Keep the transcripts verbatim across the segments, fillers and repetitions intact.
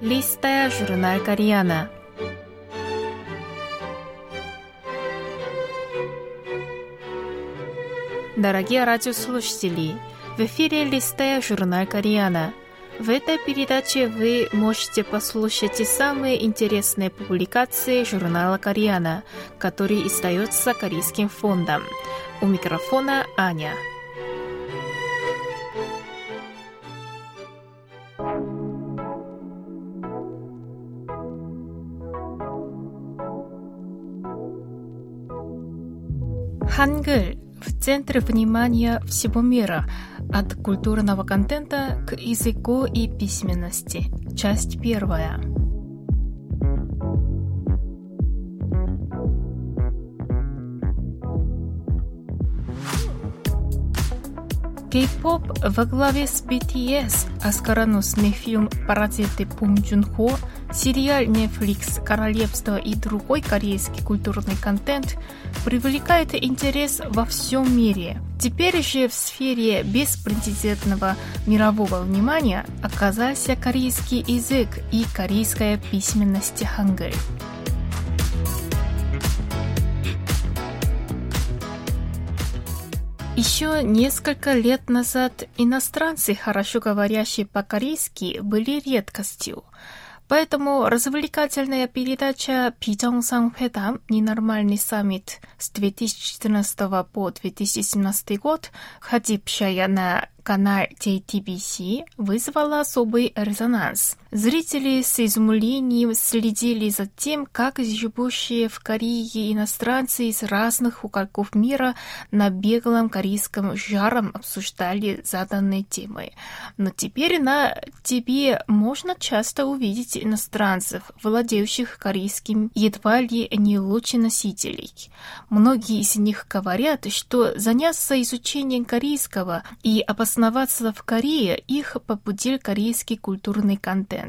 Листая журнал Кореяна. Дорогие радиослушатели, в эфире «Листая журнал Кореяна». В этой передаче вы можете послушать самые интересные публикации журнала Кореяна, который издается Корейским фондом. У микрофона Аня. Хангыль в центре внимания всего мира, от культурного контента к языку и письменности. Часть первая. Кей-поп во главе с би ти эс, оскароносный фильм «Паразиты» Бong Joon-ho, сериал Netflix «Королевство» и другой корейский культурный контент привлекает интерес во всем мире. Теперь же в сфере беспрецедентного мирового внимания оказался корейский язык и корейская письменность хангыль. Еще несколько лет назад иностранцы, хорошо говорящие по-корейски, были редкостью. Поэтому развлекательная передача «Bijongsang-회담. Ненормальный саммит» с две тысячи четырнадцатого по две тысячи семнадцатый год, ходившая на канал джей ти би си, вызвала особый резонанс. Зрители с изумлением следили за тем, как живущие в Корее иностранцы из разных уголков мира на беглом корейском жаром обсуждали заданные темы. Но теперь на ТВ можно часто увидеть иностранцев, владеющих корейским едва ли не лучше носителей. Многие из них говорят, что заняться изучением корейского и обосноваться в Корее их побудил корейский культурный контент.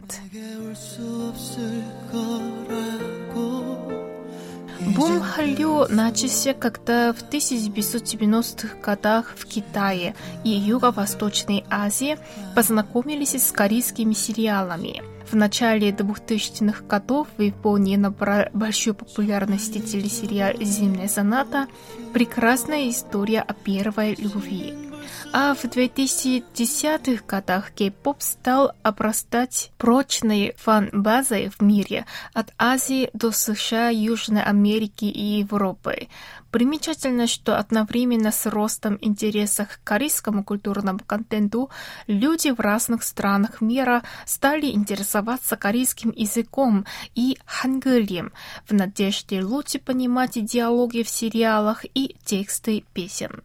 Бум Хallyu начался, когда в тысяча девятьсот девяностых годах в Китае и Юго-Восточной Азии познакомились с корейскими сериалами. В начале двухтысячных годов в Японии набрал большую популярность телесериал «Зимняя соната», прекрасная история о первой любви. А в две тысячи десятых годах кей-поп стал обрастать прочной фан-базой в мире от Азии до США, Южной Америки и Европы. Примечательно, что одновременно с ростом интереса к корейскому культурному контенту люди в разных странах мира стали интересоваться корейским языком и хангылем в надежде лучше понимать диалоги в сериалах и тексты песен.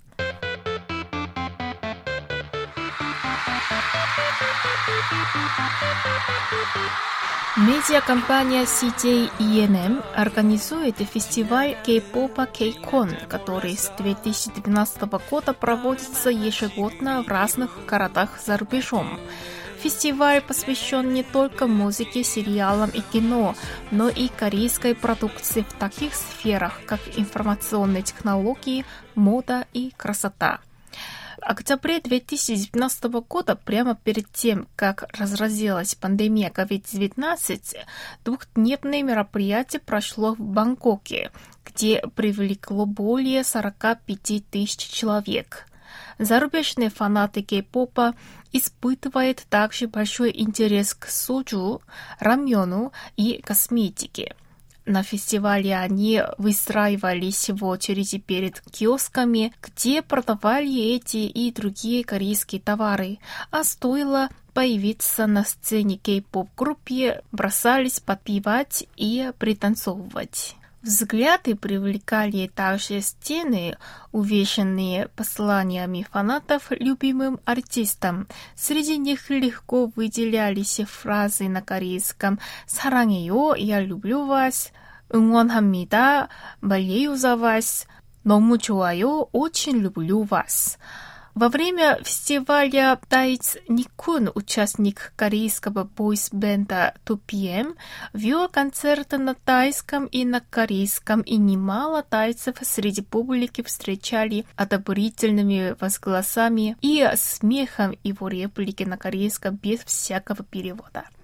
Медиакомпания си джей и эн эм организует фестиваль кей-попа K-Con, который с две тысячи двенадцатого года проводится ежегодно в разных городах за рубежом. Фестиваль посвящен не только музыке, сериалам и кино, но и корейской продукции в таких сферах, как информационные технологии, мода и красота. В октябре две тысячи девятнадцатого года, прямо перед тем, как разразилась пандемия ковид девятнадцать, двухдневное мероприятие прошло в Бангкоке, где привлекло более сорок пять тысяч человек. Зарубежные фанаты кей-попа испытывают также большой интерес к соджу, рамёну и косметике. На фестивале они выстраивались в очереди перед киосками, где продавали эти и другие корейские товары, а стоило появиться на сцене кей-поп-группе, бросались подпевать и пританцовывать. Взгляды привлекали также стены, увешанные посланиями фанатов любимым артистам. Среди них легко выделялись фразы на корейском «사랑해요», «Я люблю вас», «응원합니다», «болею за вас», «너무 좋아요», «очень люблю вас». Во время фестиваля Таец Никун, участник корейского бойс-бенда ту пи эм, вел концерты на тайском и на корейском, и немало тайцев среди публики встречали одобрительными возгласами и смехом его реплики на корейском без всякого перевода.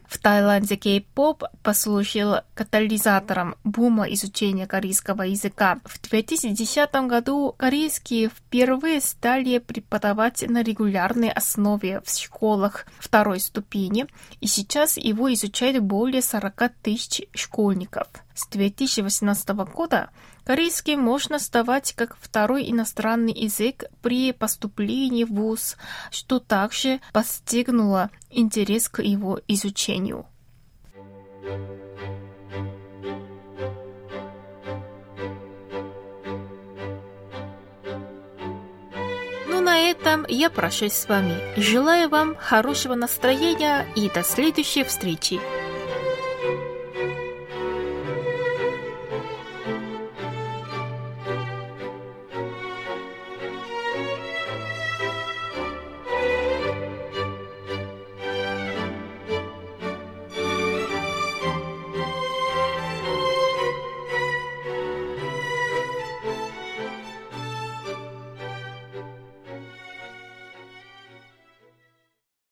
В Таиланде кей-поп послужил катализатором бума изучения корейского языка. В две тысячи десятом году корейские впервые стали преподавать на регулярной основе в школах второй ступени, и сейчас его изучают более сорок тысяч школьников. С две тысячи восемнадцатого года корейский можно сдавать как второй иностранный язык при поступлении в вуз, что также подстегнуло интерес к его изучению. Ну, на этом я прощаюсь с вами. Желаю вам хорошего настроения и до следующей встречи.